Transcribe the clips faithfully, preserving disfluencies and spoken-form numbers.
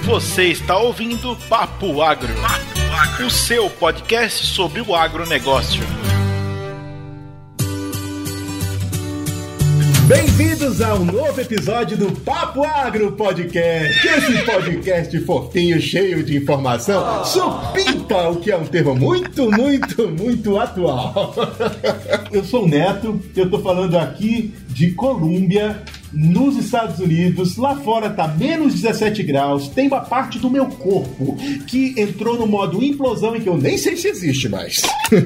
Você está ouvindo Papo Agro, Papo Agro, o seu podcast sobre o agronegócio. Bem-vindos a um novo episódio do Papo Agro Podcast. Esse podcast fofinho, cheio de informação, supimpa, o que é um termo muito, muito, muito atual. Eu sou o Neto, eu tô falando aqui de Colômbia, nos Estados Unidos. Lá fora tá menos dezessete graus. Tem uma parte do meu corpo que entrou no modo implosão em que eu nem sei se existe mais.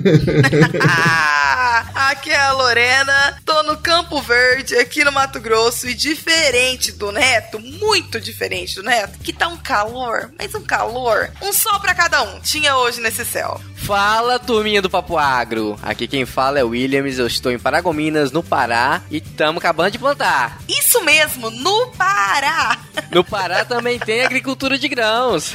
Aqui é a Lorena, tô no Campo Verde, aqui no Mato Grosso, e diferente do Neto, muito diferente do Neto, que tá um calor, mas um calor, um sol pra cada um, tinha hoje nesse céu. Fala, turminha do Papo Agro, aqui quem fala é o Williams, eu estou em Paragominas, no Pará, e tamo acabando de plantar. Isso mesmo, no Pará. No Pará também tem agricultura de grãos.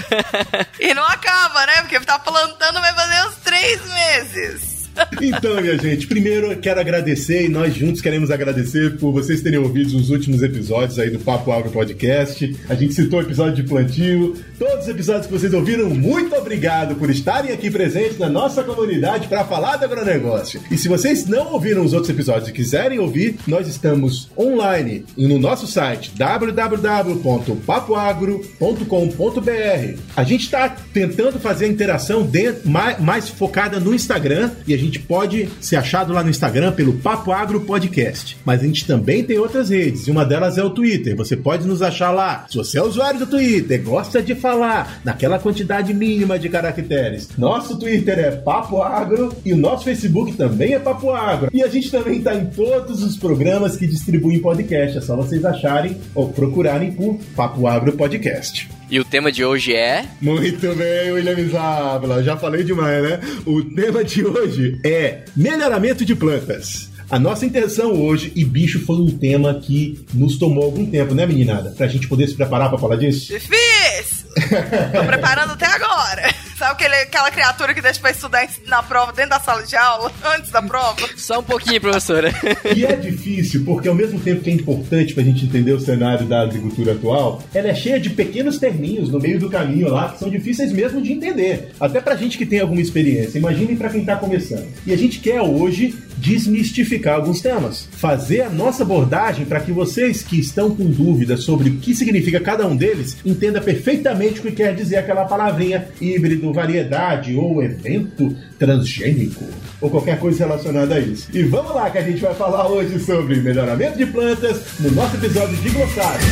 E não acaba, né, porque tá plantando vai fazer uns três meses. Então, minha gente, primeiro eu quero agradecer, e nós juntos queremos agradecer por vocês terem ouvido os últimos episódios aí do Papo Agro Podcast. A gente citou o episódio de plantio, todos os episódios que vocês ouviram, muito obrigado por estarem aqui presentes na nossa comunidade para falar do agronegócio. E se vocês não ouviram os outros episódios e quiserem ouvir, nós estamos online no nosso site w w w ponto papo agro ponto com ponto b r. A gente está tentando fazer a interação dentro, mais, mais focada no Instagram, e a gente A gente pode ser achado lá no Instagram pelo Papo Agro Podcast. Mas a gente também tem outras redes, e uma delas é o Twitter. Você pode nos achar lá. Se você é usuário do Twitter, gosta de falar naquela quantidade mínima de caracteres, nosso Twitter é Papo Agro e o nosso Facebook também é Papo Agro. E a gente também está em todos os programas que distribuem podcast. É só vocês acharem ou procurarem por Papo Agro Podcast. E o tema de hoje é... Muito bem, William Zabla, já falei demais, né? O tema de hoje é melhoramento de plantas. A nossa intenção hoje, e bicho, foi um tema que nos tomou algum tempo, né, meninada? Pra gente poder se preparar pra falar disso? Difícil! Tô preparando até agora. Sabe aquele, aquela criatura que deixa pra estudar na prova, dentro da sala de aula, antes da prova? Só um pouquinho, professora. E é difícil, porque ao mesmo tempo que é importante pra gente entender o cenário da agricultura atual, ela é cheia de pequenos terminhos no meio do caminho lá, que são difíceis mesmo de entender. Até pra gente que tem alguma experiência. Imaginem pra quem tá começando. E a gente quer hoje desmistificar alguns temas. Fazer a nossa abordagem para que vocês que estão com dúvidas sobre o que significa cada um deles, entenda perfeitamente o que quer dizer aquela palavrinha híbrido, variedade ou evento transgênico, ou qualquer coisa relacionada a isso. E vamos lá que a gente vai falar hoje sobre melhoramento de plantas no nosso episódio de glossário.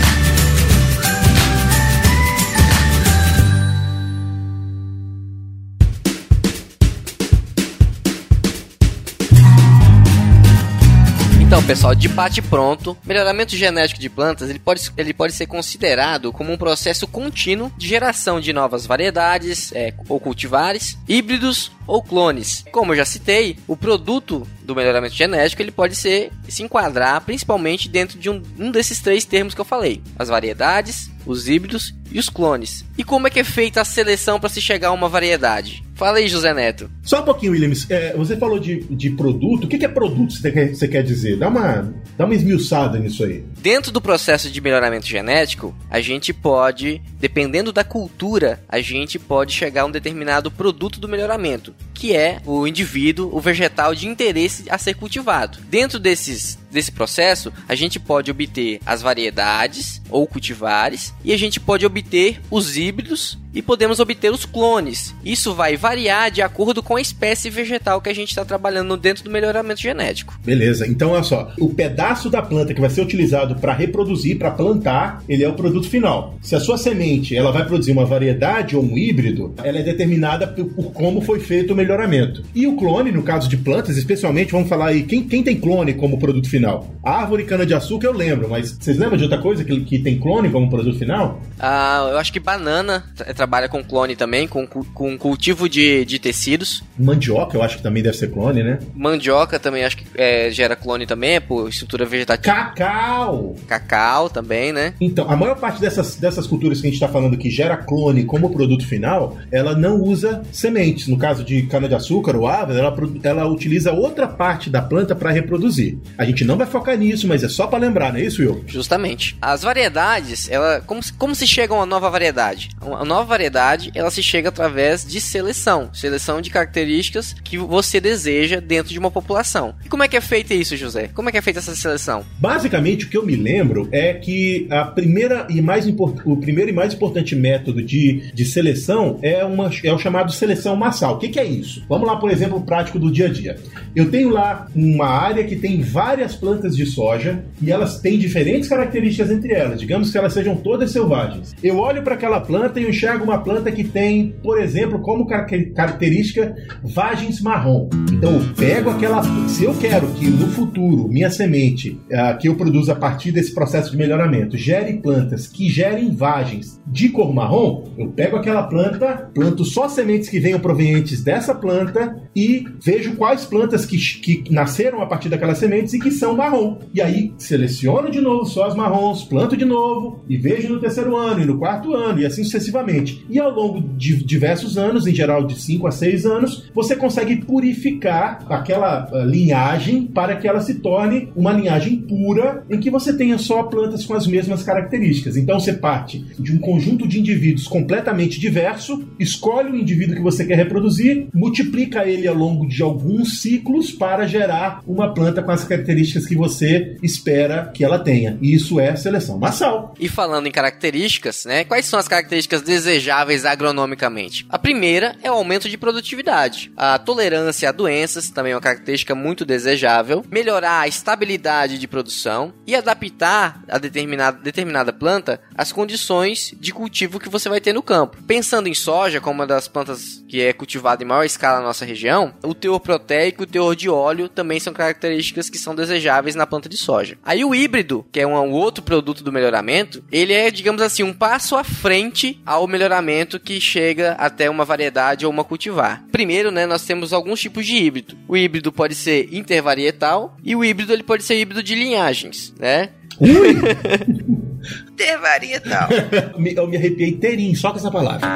Então, pessoal, de bate pronto, melhoramento genético de plantas ele pode, ele pode ser considerado como um processo contínuo de geração de novas variedades é, ou cultivares, híbridos ou clones. Como eu já citei, o produto do melhoramento genético ele pode ser, se enquadrar principalmente dentro de um, um desses três termos que eu falei: as variedades, os híbridos e os clones. E como é que é feita a seleção para se chegar a uma variedade? Fala aí, José Neto. Só um pouquinho, Williams. É, você falou de, de produto. O que, que é produto, você quer, você quer dizer? Dá uma, dá uma esmiuçada nisso aí. Dentro do processo de melhoramento genético, a gente pode, dependendo da cultura, a gente pode chegar a um determinado produto do melhoramento, que é o indivíduo, o vegetal de interesse a ser cultivado. Dentro desses, desse processo, a gente pode obter as variedades ou cultivares, e a gente pode obter os híbridos e podemos obter os clones. Isso vai variar de acordo com a espécie vegetal que a gente está trabalhando dentro do melhoramento genético. Beleza, então olha só, o pedaço da planta que vai ser utilizado para reproduzir, para plantar, ele é o produto final. Se a sua semente ela vai produzir uma variedade ou um híbrido, ela é determinada por, por como foi feito o melhoramento. E o clone, no caso de plantas, especialmente, vamos falar aí, quem, quem tem clone como produto final? A árvore cana-de-açúcar eu lembro, mas vocês lembram de outra coisa que, que tem clone como produto final? Ah, eu acho que banana trabalha com clone também, com, com cultivo de, de tecidos. Mandioca eu acho que também deve ser clone, né? Mandioca também acho que é, gera clone também, por estrutura vegetativa. Cacau! Cacau também, né? Então, a maior parte dessas, dessas culturas que a gente está falando que gera clone como produto final, ela não usa sementes. No caso de cana-de-açúcar ou árvore, ela, ela utiliza outra parte da planta para reproduzir. A gente não vai focar nisso, mas é só para lembrar, não é isso, Will? Justamente. As variedades, ela, como, como se chega a uma nova variedade? Uma nova variedade, ela se chega através de seleção. Seleção de características que você deseja dentro de uma população. E como é que é feita isso, José? Como é que é feita essa seleção? Basicamente, o que eu me lembro é que a primeira e mais import... o primeiro e mais importante método de, de seleção é, uma, é o chamado seleção massal. O que, que é isso? Vamos lá, por exemplo, prático do dia a dia. Eu tenho lá uma área que tem várias plantas de soja e elas têm diferentes características entre elas. Digamos que elas sejam todas selvagens. Eu olho para aquela planta e eu enxergo uma planta que tem, por exemplo, como característica vagens marrom. Então eu pego aquela... Se eu quero que no futuro minha semente, uh, que eu produzo a partir desse processo de melhoramento, gere plantas que gerem vagens de cor marrom, eu pego aquela planta, planto só sementes que venham provenientes dessa planta e vejo quais plantas que, que nasceram a partir daquelas sementes e que são marrom. E aí seleciono de novo só as marrons, planto de novo e vejo no terceiro ano e no quarto ano e assim sucessivamente. E ao longo de diversos anos, em geral de cinco a seis anos, você consegue purificar aquela uh, linhagem para que ela se torne uma linhagem pura em que você tenha só plantas com as mesmas características. Então você parte de um conjunto de indivíduos completamente diverso, escolhe o indivíduo que você quer reproduzir, multiplica ele ao longo de alguns ciclos para gerar uma planta com as características que você espera que ela tenha. E isso é seleção massal. E falando em características, né? Quais são as características desejáveis agronomicamente? A primeira é o aumento de produtividade. A tolerância a doenças também é uma característica muito desejável. Melhorar a estabilidade de produção e adaptar a determinada, determinada planta às condições de cultivo que você vai ter no campo. Pensando em soja, como uma das plantas que é cultivada em maior escala na nossa região, o teor proteico e o teor de óleo também são características que são desejáveis na planta de soja. Aí o híbrido, que é um, um outro produto do melhoramento, ele é, digamos assim, um passo à frente ao melhoramento que chega até uma variedade ou uma cultivar. Primeiro, né, nós temos alguns tipos de híbrido. O híbrido pode ser intervarietal e o híbrido ele pode ser híbrido de linhagens, né? Ui! Intervarietal. Eu me arrepiei inteirinho só com essa palavra.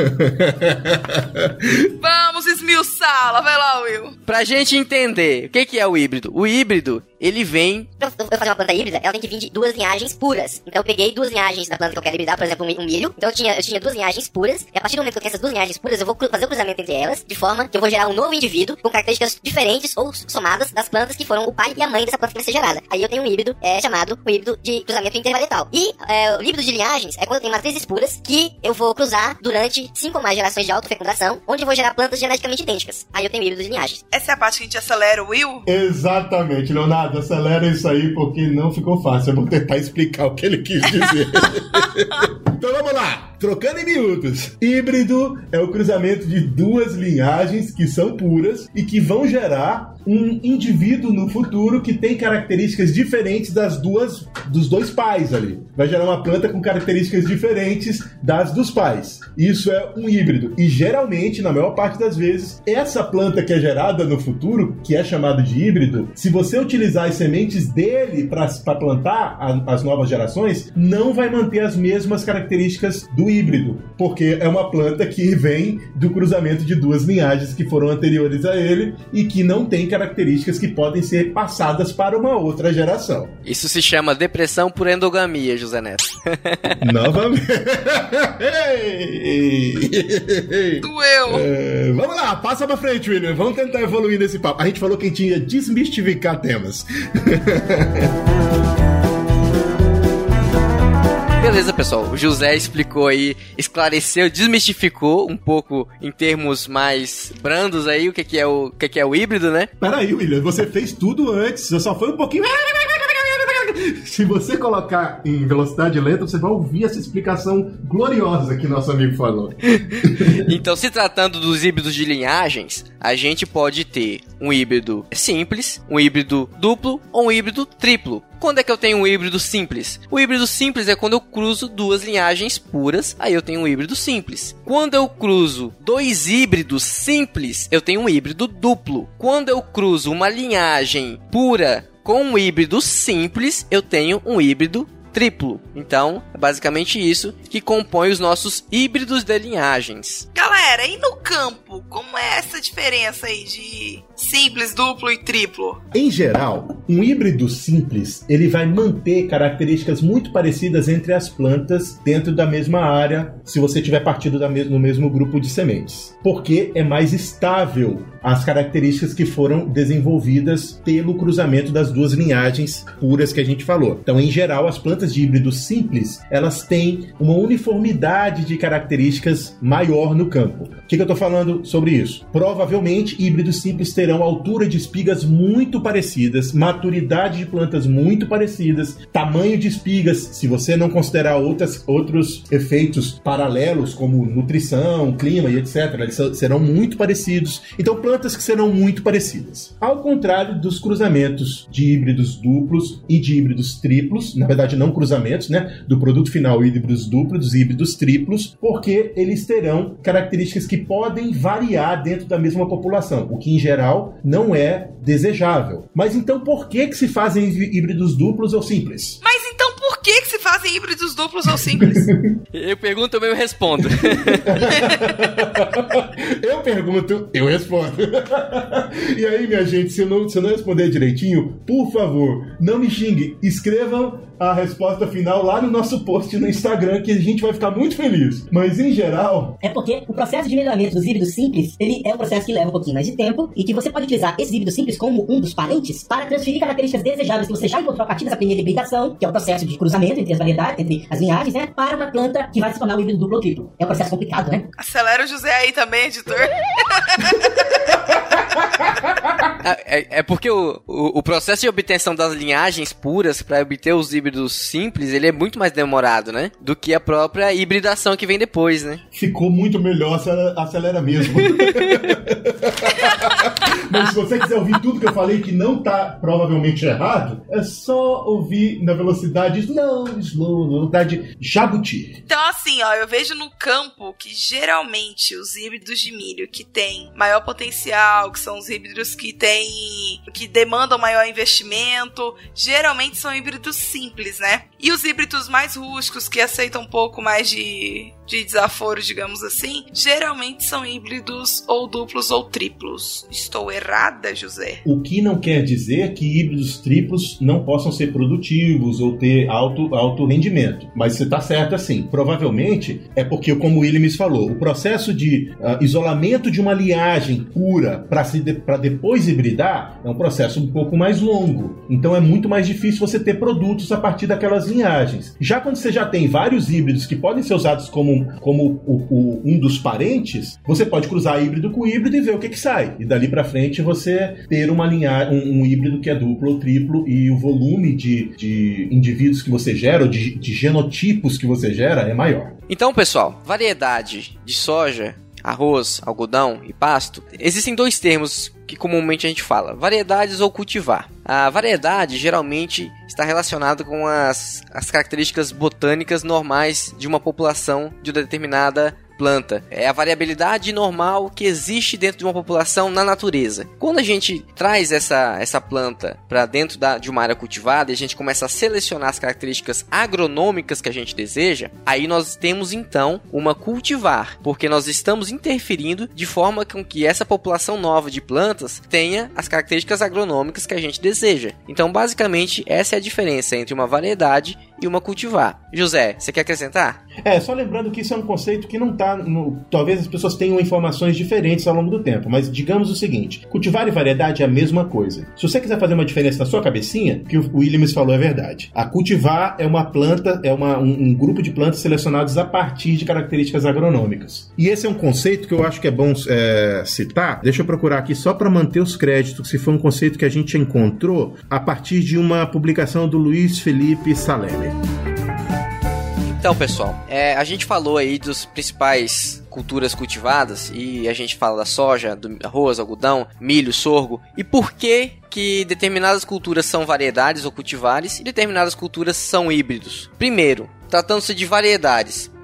Vamos esmiuçá-la, vai lá, Will. Pra gente entender, o que, que é o híbrido? O híbrido, ele vem... Pra eu fazer uma planta híbrida, ela tem que vir de duas linhagens puras. Então eu peguei duas linhagens da planta que eu quero hibridar, por exemplo, um milho. Então eu tinha, eu tinha duas linhagens puras, e a partir do momento que eu tenho essas duas linhagens puras, eu vou fazer o cruzamento entre elas, de forma que eu vou gerar um novo indivíduo com características diferentes ou somadas das plantas que foram o pai e a mãe dessa planta que vai ser gerada. Aí eu tenho um híbrido é, chamado o híbrido de cruzamento intervarietal. E é, o híbrido de linhagens é quando eu tenho matrizes puras que eu vou cruzar durante cinco ou mais gerações de autofecundação, onde eu vou gerar plantas geneticamente idênticas. Aí eu tenho híbrido de linhagens. Essa é a parte que a gente acelera o Will? Exatamente, Leonardo, acelera isso aí porque não ficou fácil. Eu vou tentar explicar o que ele quis dizer. Então vamos lá, trocando em miúdos. Híbrido é o cruzamento de duas linhagens que são puras e que vão gerar um indivíduo no futuro que tem características diferentes das duas, dos dois pais ali. Vai gerar uma planta com características diferentes das dos pais. Isso é um híbrido. E geralmente, na maior parte das vezes, essa planta que é gerada no futuro, que é chamada de híbrido, se você utilizar as sementes dele para plantar a, as novas gerações, não vai manter as mesmas características do híbrido, porque é uma planta que vem do cruzamento de duas linhagens que foram anteriores a ele e que não tem características que podem ser passadas para uma outra geração. Isso se chama depressão por endogamia, José Neto. Novamente. Doeu. É, vamos lá, passa pra frente, William. Vamos tentar evoluir nesse papo. A gente falou que a gente ia desmistificar temas. Beleza, pessoal. O José explicou aí, esclareceu, desmistificou um pouco em termos mais brandos aí o que, que, é, o, o que, que é o híbrido, né? Peraí, William, você fez tudo antes, você só foi um pouquinho... Se você colocar em velocidade lenta, você vai ouvir essa explicação gloriosa que nosso amigo falou. Então, se tratando dos híbridos de linhagens, a gente pode ter um híbrido simples, um híbrido duplo ou um híbrido triplo. Quando é que eu tenho um híbrido simples? O híbrido simples é quando eu cruzo duas linhagens puras, aí eu tenho um híbrido simples. Quando eu cruzo dois híbridos simples, eu tenho um híbrido duplo. Quando eu cruzo uma linhagem pura com um híbrido simples, eu tenho um híbrido triplo. Então, é basicamente isso que compõe os nossos híbridos de linhagens. Galera, Pera, e no campo? Como é essa diferença aí de simples, duplo e triplo? Em geral, um híbrido simples, ele vai manter características muito parecidas entre as plantas dentro da mesma área, se você tiver partido da me- no mesmo grupo de sementes. Porque é mais estável as características que foram desenvolvidas pelo cruzamento das duas linhagens puras que a gente falou. Então, em geral, as plantas de híbrido simples, elas têm uma uniformidade de características maior no campo. O que, que eu estou falando sobre isso? Provavelmente, híbridos simples terão altura de espigas muito parecidas, maturidade de plantas muito parecidas, tamanho de espigas, se você não considerar outras, outros efeitos paralelos, como nutrição, clima e etcétera, eles serão muito parecidos. Então, plantas que serão muito parecidas. Ao contrário dos cruzamentos de híbridos duplos e de híbridos triplos, na verdade não cruzamentos, né, do produto final híbridos duplos, híbridos triplos, porque eles terão características que podem variar dentro da mesma população, o que em geral não é desejável. Mas então por que que se fazem híbridos duplos ou simples? Mas então por que que se fazem híbridos duplos ou simples? Eu pergunto, eu mesmo respondo. Eu pergunto, eu respondo. E aí, minha gente, se eu, não, se eu não responder direitinho, por favor, não me xingue. Escrevam a resposta final lá no nosso post no Instagram, que a gente vai ficar muito feliz. Mas, em geral... É porque o processo de melhoramento dos híbridos simples, ele é um processo que leva um pouquinho mais de tempo e que você pode utilizar esses híbridos simples como um dos parentes para transferir características desejáveis que você já encontrou a partir dessa primeira hibridação, que é o processo de cruzamento entre as variedades, entre as linhagens, né, para uma planta que vai se tornar um híbrido duplo ou triplo. É um processo complicado, né? Acelera o José aí também, editor. É, é porque o, o, o processo de obtenção das linhagens puras para obter os híbridos simples, ele é muito mais demorado, né? Do que a própria hibridação que vem depois, né? Ficou muito melhor, acelera, acelera mesmo. Mas se você quiser ouvir tudo que eu falei que não tá provavelmente errado, é só ouvir na velocidade slow, slow, na velocidade jabuti. Então, assim, ó, eu vejo no campo que geralmente os híbridos de milho que têm maior potencial, que são os híbridos que têm, que demandam maior investimento, geralmente são híbridos simples, né? E os híbridos mais rústicos, que aceitam um pouco mais de, de desaforo, digamos assim, geralmente são híbridos ou duplos ou triplos. Estou errada, José? O que não quer dizer que híbridos triplos não possam ser produtivos ou ter alto, alto rendimento. Mas você está certo assim. Provavelmente é porque, como o Williams falou, o processo de uh, isolamento de uma linhagem pura para de, depois hibridar é um processo um pouco mais longo. Então é muito mais difícil você ter produtos a partir daquelas linhagens. Já quando você já tem vários híbridos que podem ser usados como, como o, o, um dos parentes, você pode cruzar híbrido com híbrido e ver o que, que sai. E dali para frente você ter uma linha, um, um híbrido que é duplo ou triplo, e o volume de, de indivíduos que você gera, ou de, de genotipos que você gera, é maior. Então, pessoal, variedade de soja, arroz, algodão e pasto, existem dois termos que comumente a gente fala: variedades ou cultivar. A variedade geralmente está relacionada com as, as características botânicas normais de uma população de uma determinada planta. É a variabilidade normal que existe dentro de uma população na natureza. Quando a gente traz essa, essa planta para dentro da, de uma área cultivada e a gente começa a selecionar as características agronômicas que a gente deseja, aí nós temos então uma cultivar, porque nós estamos interferindo de forma com que essa população nova de plantas tenha as características agronômicas que a gente deseja. Então, basicamente, essa é a diferença entre uma variedade e uma cultivar. José, você quer acrescentar? É, só lembrando que isso é um conceito que não está... No, talvez as pessoas tenham informações diferentes ao longo do tempo, mas digamos o seguinte: cultivar e variedade é a mesma coisa. Se você quiser fazer uma diferença na sua cabecinha, que o Williams falou é verdade. A cultivar é uma planta, é uma, um, um grupo de plantas selecionados a partir de características agronômicas. E esse é um conceito que eu acho que é bom é, citar. Deixa eu procurar aqui só para manter os créditos, se foi um conceito que a gente encontrou a partir de uma publicação do Luiz Felipe Saleme. Então, pessoal, é, a gente falou aí dos principais culturas cultivadas, e a gente fala da soja, do arroz, algodão, milho, sorgo, e por que que determinadas culturas são variedades ou cultivares e determinadas culturas são híbridos. Primeiro, tratando-se de variedades,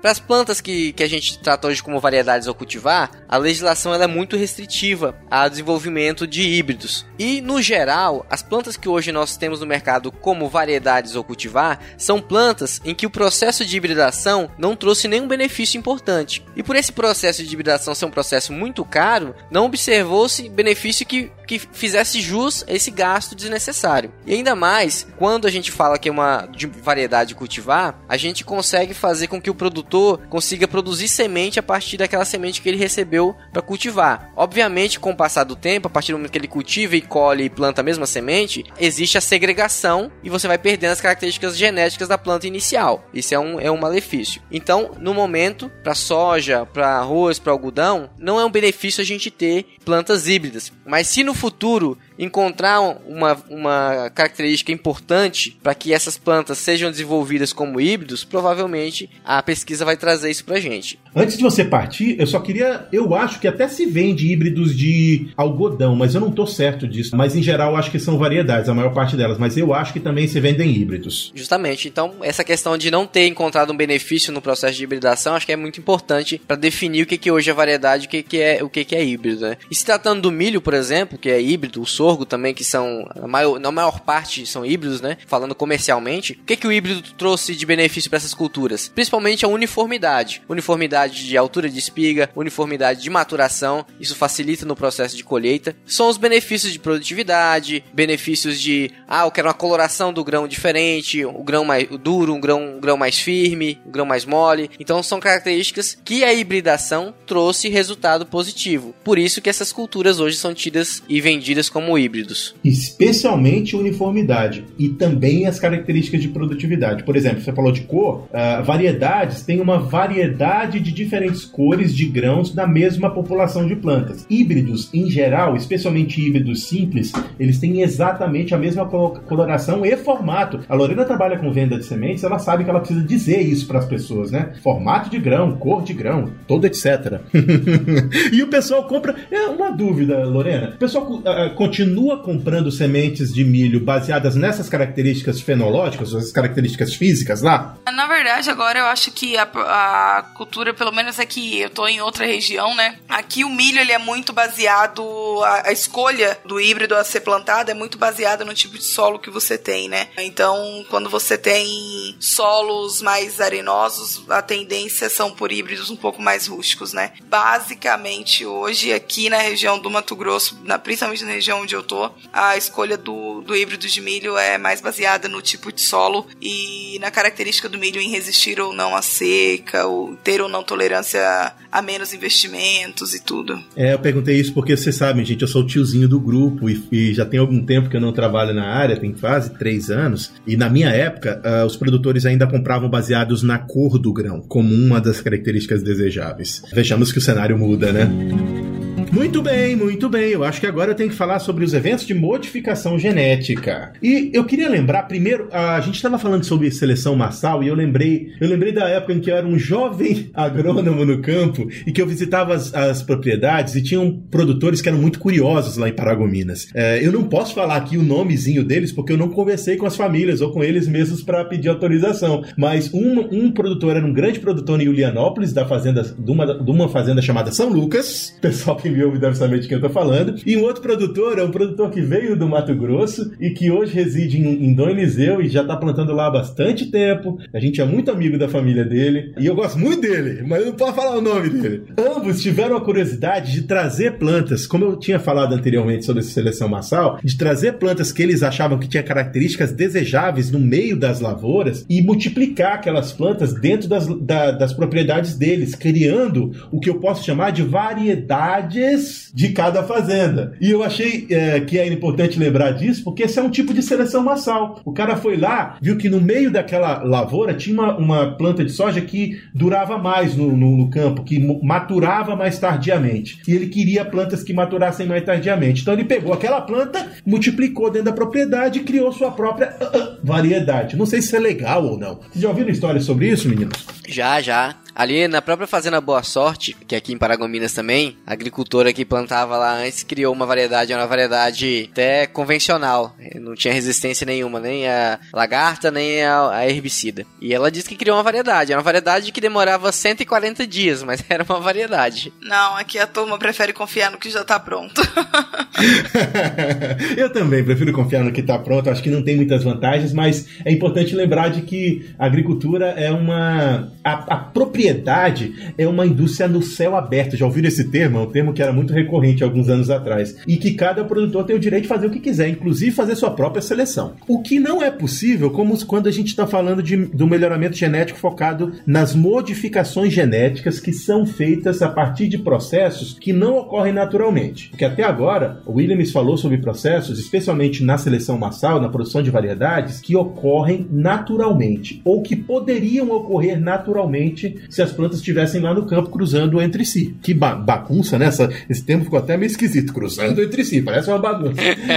Para as plantas que, que a gente trata hoje como variedades ao cultivar, a legislação ela é muito restritiva ao desenvolvimento de híbridos. E, no geral, as plantas que hoje nós temos no mercado como variedades ao cultivar são plantas em que o processo de hibridação não trouxe nenhum benefício importante. E por esse processo de hibridação ser um processo muito caro, não observou-se benefício que, que fizesse jus a esse gasto desnecessário. E ainda mais, quando a gente fala que é uma de variedade cultivar, a gente consegue fazer com que o produtor consiga produzir semente a partir daquela semente que ele recebeu para cultivar. Obviamente, com o passar do tempo, a partir do momento que ele cultiva e colhe e planta a mesma semente, existe a segregação e você vai perdendo as características genéticas da planta inicial. Isso é um, é um malefício. Então, no momento, para soja, para arroz, para algodão, não é um benefício a gente ter plantas híbridas. Mas se no futuro encontrar uma, uma característica importante para que essas plantas sejam desenvolvidas como híbridos, provavelmente a pesquisa vai trazer isso pra gente. Antes de você partir, eu só queria... Eu acho que até se vende híbridos de algodão, mas eu não tô certo disso. Mas, em geral, eu acho que são variedades, a maior parte delas. Mas eu acho que também se vendem híbridos. Justamente. Então, essa questão de não ter encontrado um benefício no processo de hibridação, acho que é muito importante para definir o que, que hoje é variedade e o que, que, é, o que, que é híbrido, né? E se tratando do milho, por exemplo, que é híbrido, o sorgo também, que são... A maior, na maior parte são híbridos, né? Falando comercialmente. O que, que o híbrido trouxe de benefício para essas culturas? Principalmente a uniformidade. Uniformidade de altura de espiga, uniformidade de maturação, isso facilita no processo de colheita. São os benefícios de produtividade, benefícios de, ah, eu quero uma coloração do grão diferente, o grão mais duro, um grão, um grão mais firme, um grão mais mole. Então são características que a hibridação trouxe resultado positivo. Por isso que essas culturas hoje são tidas e vendidas como híbridos. Especialmente uniformidade e também as características de produtividade. Por exemplo, você falou de cor, uh, variedades têm uma variedade de diferentes cores de grãos da mesma população de plantas. Híbridos, em geral, especialmente híbridos simples, eles têm exatamente a mesma coloração e formato. A Lorena trabalha com venda de sementes, ela sabe que ela precisa dizer isso para as pessoas, né? Formato de grão, cor de grão, todo etcétera. E o pessoal compra... É uma dúvida, Lorena. O pessoal uh, continua comprando sementes de milho baseadas nessas características fenológicas, essas características físicas lá? Na verdade, agora eu acho que a, a cultura, pelo menos aqui, eu tô em outra região, né? Aqui o milho, ele é muito baseado, a, a escolha do híbrido a ser plantado é muito baseada no tipo de solo que você tem, né? Então, quando você tem solos mais arenosos, a tendência são por híbridos um pouco mais rústicos, né? Basicamente, hoje, aqui na região do Mato Grosso, na, principalmente na região onde eu tô, a escolha do, do híbrido de milho é mais baseada no tipo de solo e na característica do milho em resistir ou não à seca, ou ter ou não tolerância a menos investimentos e tudo. É, eu perguntei isso porque vocês sabem, gente, eu sou o tiozinho do grupo e, e já tem algum tempo que eu não trabalho na área, tem quase três anos, e na minha época, uh, os produtores ainda compravam baseados na cor do grão, como uma das características desejáveis. Vejamos que o cenário muda, né? Muito bem, muito bem. Eu acho que agora eu tenho que falar sobre os eventos de modificação genética. E eu queria lembrar, primeiro, a gente estava falando sobre seleção massal e eu lembrei, eu lembrei da época em que eu era um jovem agrônomo no campo e que eu visitava as, as propriedades e tinham produtores que eram muito curiosos lá em Paragominas. É, eu não posso falar aqui o nomezinho deles porque eu não conversei com as famílias ou com eles mesmos para pedir autorização. Mas um, um produtor era um grande produtor em Julianópolis, da fazenda, de, uma, de uma fazenda chamada São Lucas. O pessoal que me ouve deve saber de quem eu tô falando. E um outro produtor é um produtor que veio do Mato Grosso e que hoje reside em, em Dom Eliseu e já tá plantando lá há bastante tempo. A gente é muito amigo da família dele e eu gosto muito dele, mas eu não posso falar o nome dele. Ambos tiveram a curiosidade de trazer plantas, como eu tinha falado anteriormente sobre essa seleção massal, de trazer plantas que eles achavam que tinham características desejáveis no meio das lavouras e multiplicar aquelas plantas dentro das, da, das propriedades deles, criando o que eu posso chamar de variedades de cada fazenda. E eu achei é, que é importante lembrar disso, porque esse é um tipo de seleção massal. O cara foi lá, viu que no meio daquela lavoura tinha uma, uma planta de soja que durava mais no, no, no campo, que maturava mais tardiamente. E ele queria plantas que maturassem mais tardiamente. Então ele pegou aquela planta, multiplicou dentro da propriedade e criou sua própria uh, uh, variedade. Não sei se é legal ou não. Vocês já ouviram histórias sobre isso, meninos? Já, já. Ali na própria fazenda Boa Sorte, que é aqui em Paragominas também, a agricultora que plantava lá antes criou uma variedade, uma variedade até convencional. Não tinha resistência nenhuma, nem a lagarta, nem a, a herbicida. E ela disse que criou uma variedade. Era uma variedade que demorava cento e quarenta dias, mas era uma variedade. Não, aqui a turma prefere confiar no que já tá pronto. Eu também prefiro confiar no que tá pronto. Acho que não tem muitas vantagens, mas é importante lembrar de que a agricultura é uma... A, a propriedade é uma indústria no céu aberto. Já ouviram esse termo? É um termo que era muito recorrente alguns anos atrás. E que cada produtor tem o direito de fazer o que quiser, inclusive fazer sua própria seleção. O que não é possível, como quando a gente está falando de, do melhoramento genético focado nas modificações genéticas que são feitas a partir de processos que não ocorrem naturalmente. Porque até agora, o Williams falou sobre processos, especialmente na seleção massal, na produção de variedades, que ocorrem naturalmente, ou que poderiam ocorrer naturalmente se as plantas estivessem lá no campo cruzando entre si. Que ba- bagunça, né? Essa, esse termo ficou até meio esquisito, cruzando entre si, parece uma bagunça.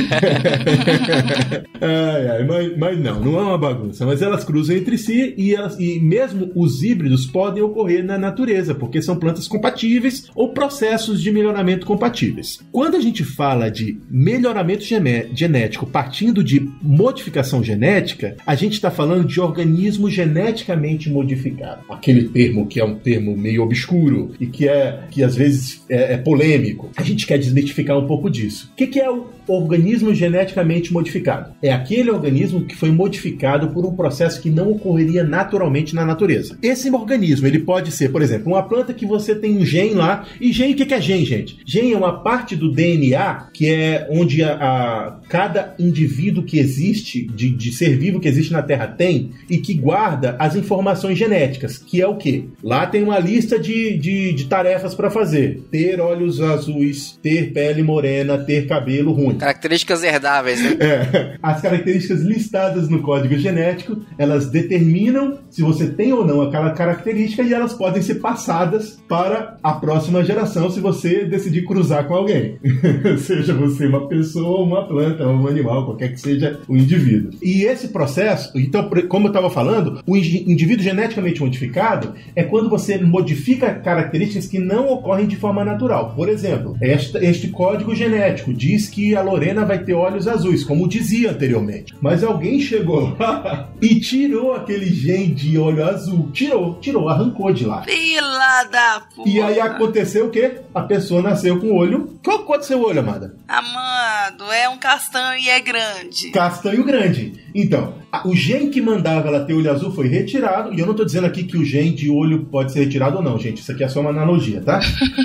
ai, ai, mas, mas não, não é uma bagunça, mas elas cruzam entre si e, elas, e mesmo os híbridos podem ocorrer na natureza, porque são plantas compatíveis ou processos de melhoramento compatíveis. Quando a gente fala de melhoramento gené- genético partindo de modificação genética, a gente está falando de organismo geneticamente modificado. Aquele termo que é um termo meio obscuro e que, é, que às vezes é, é polêmico. A gente quer desmistificar um pouco disso. O que, que é o organismo geneticamente modificado? É aquele organismo que foi modificado por um processo que não ocorreria naturalmente na natureza. Esse organismo, ele pode ser, por exemplo, uma planta que você tem um gene lá. E gene, o que é gene, gente? Gene é uma parte do D N A que é onde a, a, cada indivíduo que existe, de, de ser vivo que existe na Terra tem, e que guarda as informações genéticas, que é o quê? Lá tem uma lista de, de, de tarefas para fazer. Ter olhos azuis, ter pele morena, ter cabelo ruim. Características herdáveis, né? É. As características listadas no código genético, elas determinam se você tem ou não aquela característica e elas podem ser passadas para a próxima geração se você decidir cruzar com alguém. Seja você uma pessoa, uma planta, um animal, qualquer que seja o indivíduo. E esse processo, então, como eu estava falando, o indivíduo geneticamente modificado é quando você modifica características que não ocorrem de forma natural. Por exemplo, este, este código genético diz que a Lorena vai ter olhos azuis, como dizia anteriormente. Mas alguém chegou lá e tirou aquele gene de olho azul. Tirou, tirou, arrancou de lá. Fila da puta. E aí aconteceu o quê? A pessoa nasceu com o olho... Qual cor do seu olho, amada? Amado, é um castanho e é grande. Castanho grande. Então, o gene que mandava ela ter olho azul foi retirado, e eu não tô dizendo aqui que o gene de olho pode ser retirado ou não, gente. Isso aqui é só uma analogia, tá?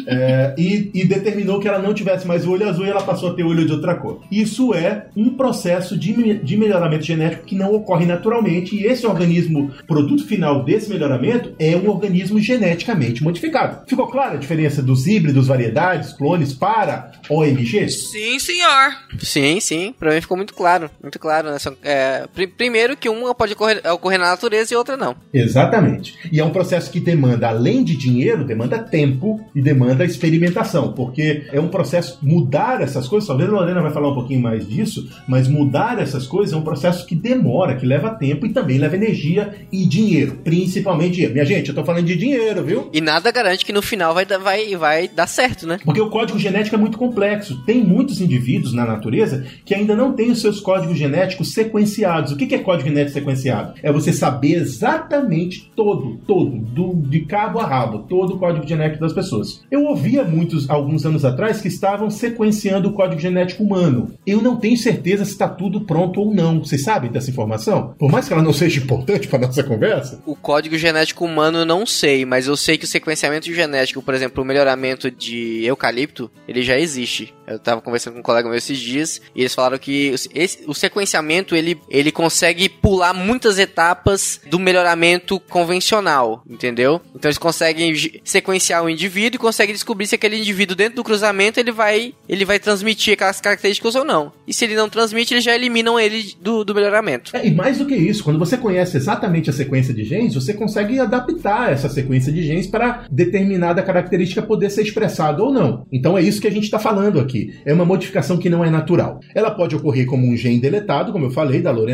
é, e, e determinou que ela não tivesse mais o olho azul e ela passou a ter olho de outra cor. Isso é um processo de, de melhoramento genético que não ocorre naturalmente, e esse organismo, produto final desse melhoramento, é um organismo geneticamente modificado. Ficou clara a diferença dos híbridos, variedades, clones para O M G? Sim, senhor. Sim, sim. Pra mim ficou muito claro. Muito claro, né? Só, é, pr- primeiro que uma pode ocorrer, ocorrer na natureza e outra não. Exatamente. E é um processo que demanda, além de dinheiro, demanda tempo e demanda experimentação, porque é um processo, mudar essas coisas, talvez a Lorena vai falar um pouquinho mais disso, mas mudar essas coisas é um processo que demora, que leva tempo e também leva energia e dinheiro, principalmente dinheiro. Minha gente, eu tô falando de dinheiro, viu? E nada garante que no final vai, vai, vai dar certo, né? Porque o código genético é muito complexo. Tem muitos indivíduos na natureza que ainda não têm os seus códigos genéticos sequenciados. O que é código genético sequenciado? É você saber exatamente todo, todo, do, de cabo a rabo, todo o código genético das pessoas. Eu ouvia muitos, alguns anos atrás, que estavam sequenciando o código genético humano. Eu não tenho certeza se está tudo pronto ou não. Vocês sabem dessa informação? Por mais que ela não seja importante para nossa conversa. O código genético humano eu não sei, mas eu sei que o sequenciamento genético, por exemplo, o melhoramento de eucalipto, ele já existe. Eu tava conversando com um colega meu esses dias e eles falaram que esse, o sequenciamento ele, ele consegue pular muitas etapas do melhoramento convencional, entendeu? Então eles conseguem sequenciar o indivíduo e conseguem descobrir se aquele indivíduo dentro do cruzamento ele vai, ele vai transmitir aquelas características ou não. E se ele não transmite, eles já eliminam ele do, do melhoramento. É, e mais do que isso, quando você conhece exatamente a sequência de genes, você consegue adaptar essa sequência de genes para determinada característica poder ser expressada ou não. Então é isso que a gente está falando aqui. É uma modificação que não é natural. Ela pode ocorrer como um gene deletado, como eu falei, da Lorena ter perdido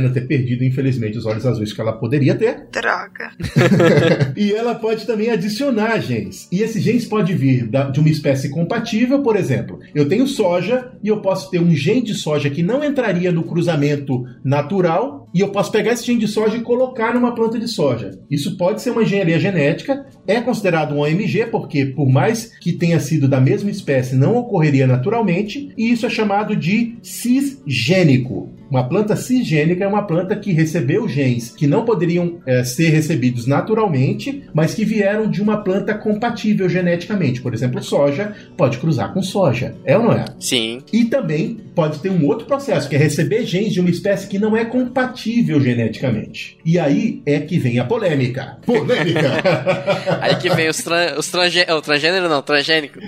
perdido, infelizmente, os olhos azuis que ela poderia ter. Droga. E ela pode também adicionar genes. E esses genes podem vir da, de uma espécie compatível, por exemplo. Eu tenho soja e eu posso ter um gene de soja que não entraria no cruzamento natural e eu posso pegar esse gene de soja e colocar numa planta de soja. Isso pode ser uma engenharia genética, é considerado um O M G porque, por mais que tenha sido da mesma espécie, não ocorreria naturalmente, e isso é chamado de cisgênico. Uma planta cisgênica é uma planta que recebeu genes que não poderiam é, ser recebidos naturalmente, mas que vieram de uma planta compatível geneticamente. Por exemplo, soja pode cruzar com soja. É ou não é? Sim. E também pode ter um outro processo, que é receber genes de uma espécie que não é compatível geneticamente. E aí é que vem a polêmica. Polêmica! Aí que vem os, tran, os transgê... oh, transgênero não, transgênico.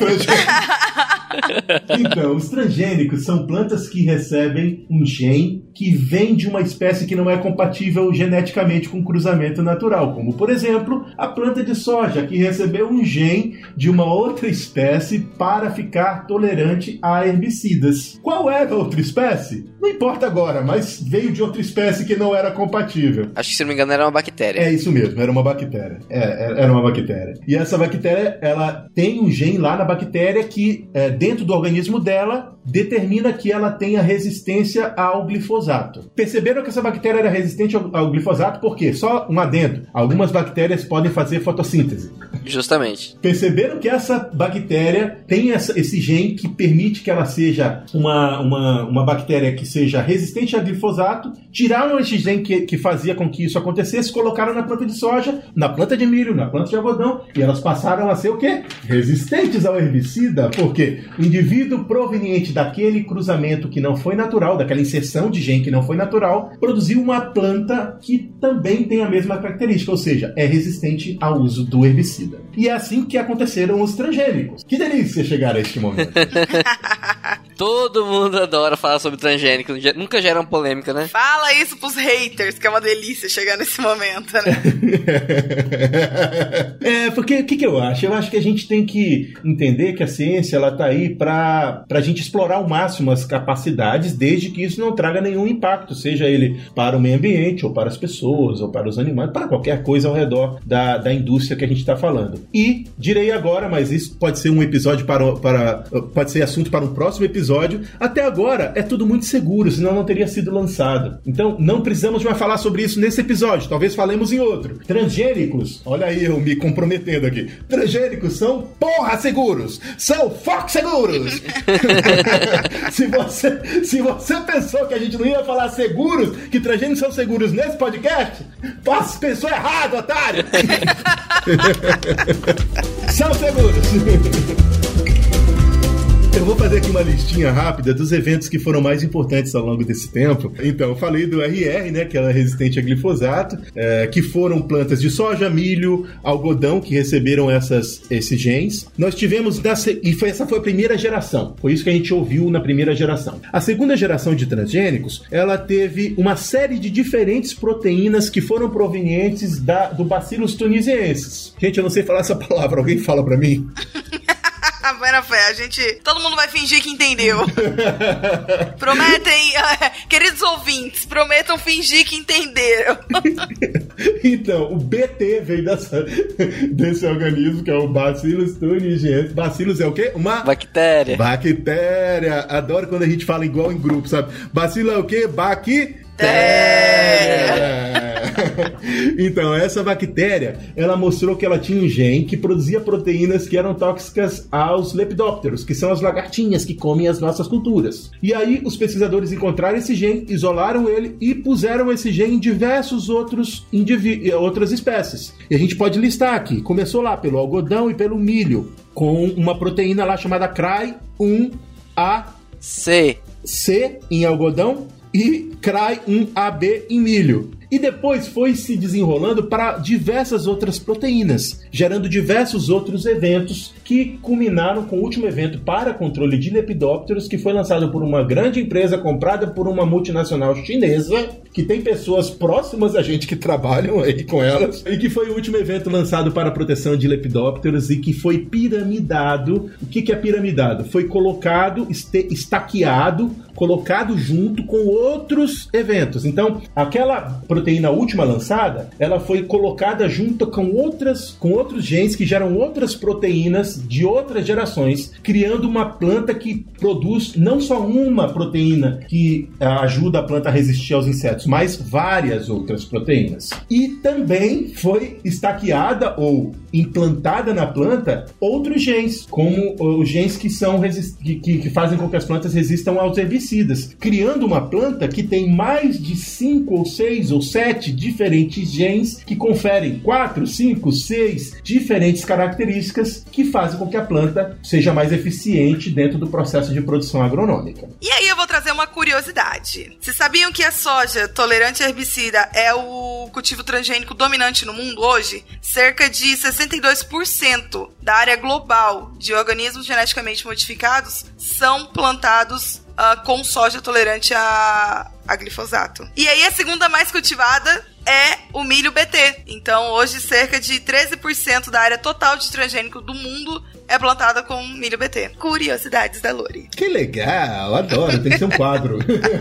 Então, os transgênicos são plantas que recebem um gene que vem de uma espécie que não é compatível geneticamente com o cruzamento natural, como, por exemplo, a planta de soja, que recebeu um gene de uma outra espécie para ficar tolerante a herbicidas. Qual era a outra espécie? Não importa agora, mas veio de outra espécie que não era compatível. Acho que, se não me engano, era uma bactéria. É isso mesmo, era uma bactéria. É, era uma bactéria. E essa bactéria, ela tem um gene lá na bactéria que, é, dentro do organismo dela, determina que ela tenha resistência ao glifosato. Perceberam que essa bactéria era resistente ao, ao glifosato porque, só um adendo, algumas bactérias podem fazer fotossíntese. Justamente. Perceberam que essa bactéria tem essa, esse gene que permite que ela seja uma, uma, uma bactéria que seja resistente a glifosato, tiraram esse gene que, que fazia com que isso acontecesse, colocaram na planta de soja, na planta de milho, na planta de algodão, e elas passaram a ser o quê? Resistentes ao herbicida, porque o indivíduo proveniente daquele cruzamento que não foi natural, daquela inserção de gene que não foi natural, produziu uma planta que também tem a mesma característica, ou seja, é resistente ao uso do herbicida. E é assim que aconteceram os transgênicos. Que delícia chegar a este momento. Todo mundo adora falar sobre transgênico, nunca gera uma polêmica, né? Fala isso pros haters, que é uma delícia chegar nesse momento, né? É, porque o que, que eu acho? Eu acho que a gente tem que entender que a ciência, ela tá aí pra, pra gente explorar ao máximo as capacidades, desde que isso não traga nenhum impacto, seja ele para o meio ambiente, ou para as pessoas, ou para os animais, para qualquer coisa ao redor da, da indústria que a gente tá falando. E direi agora, mas isso pode ser um episódio para, para pode ser assunto para um próximo episódio. Até agora é tudo muito seguro, senão não teria sido lançado. Então não precisamos mais falar sobre isso nesse episódio, talvez falemos em outro. Transgênicos, olha aí eu me comprometendo aqui. Transgênicos são porra seguros, são fuck seguros. se, você, se você pensou que a gente não ia falar seguros, que transgênicos são seguros nesse podcast, você pensou errado, otário. São seguros. Eu vou fazer aqui uma listinha rápida dos eventos que foram mais importantes ao longo desse tempo. Então, eu falei do R R, né, que ela é resistente a glifosato, é, que foram plantas de soja, milho, algodão, que receberam essas, esses genes. Nós tivemos, e foi, essa foi a primeira geração, foi isso que a gente ouviu na primeira geração. A segunda geração de transgênicos, ela teve uma série de diferentes proteínas que foram provenientes da, do Bacillus thuringiensis. Gente, eu não sei falar essa palavra, alguém fala pra mim? Vai na fé, a gente... Todo mundo vai fingir que entendeu. Prometem, queridos ouvintes, prometam fingir que entenderam. Então, o B T veio dessa, desse organismo, que é o Bacillus thuringiensis. Bacillus é o quê? Uma... Bactéria. Bactéria. Adoro quando a gente fala igual em grupo, sabe? Bacilo é o quê? Bactéria. Então, essa bactéria, ela mostrou que ela tinha um gene que produzia proteínas que eram tóxicas aos lepidópteros, que são as lagartinhas que comem as nossas culturas. E aí, os pesquisadores encontraram esse gene, isolaram ele e puseram esse gene em diversos outros indiví- outras espécies. E a gente pode listar aqui. Começou lá pelo algodão e pelo milho, com uma proteína lá chamada C R Y um A C. C em algodão e C R Y um A B em milho. E depois foi se desenrolando para diversas outras proteínas, gerando diversos outros eventos que culminaram com o último evento para controle de lepidópteros, que foi lançado por uma grande empresa comprada por uma multinacional chinesa, que tem pessoas próximas a gente que trabalham aí com elas, e que foi o último evento lançado para a proteção de lepidópteros e que foi piramidado. O que, que é piramidado? Foi colocado, este, estaqueado, colocado junto com outros eventos. Então, aquela proteína última lançada, ela foi colocada junto com outras, com outros genes que geram outras proteínas de outras gerações, criando uma planta que produz não só uma proteína que ajuda a planta a resistir aos insetos, mas várias outras proteínas. E também foi estaqueada ou implantada na planta outros genes, como os genes que, são resist... que, que fazem com que as plantas resistam aos herbicidas, criando uma planta que tem mais de cinco ou seis ou sete diferentes genes que conferem quatro, cinco, seis diferentes características que fazem com que a planta seja mais eficiente dentro do processo de produção agronômica. E aí eu vou trazer uma curiosidade. Vocês sabiam que a soja tolerante a herbicida é o cultivo transgênico dominante no mundo hoje? Cerca de sessenta e dois por cento da área global de organismos geneticamente modificados são plantados uh, com soja tolerante a, a glifosato. E aí a segunda mais cultivada é o milho B T. Então hoje cerca de treze por cento da área total de transgênico do mundo é plantada com milho B T. Curiosidades da Lori. Que legal, adoro, tem que ser um quadro.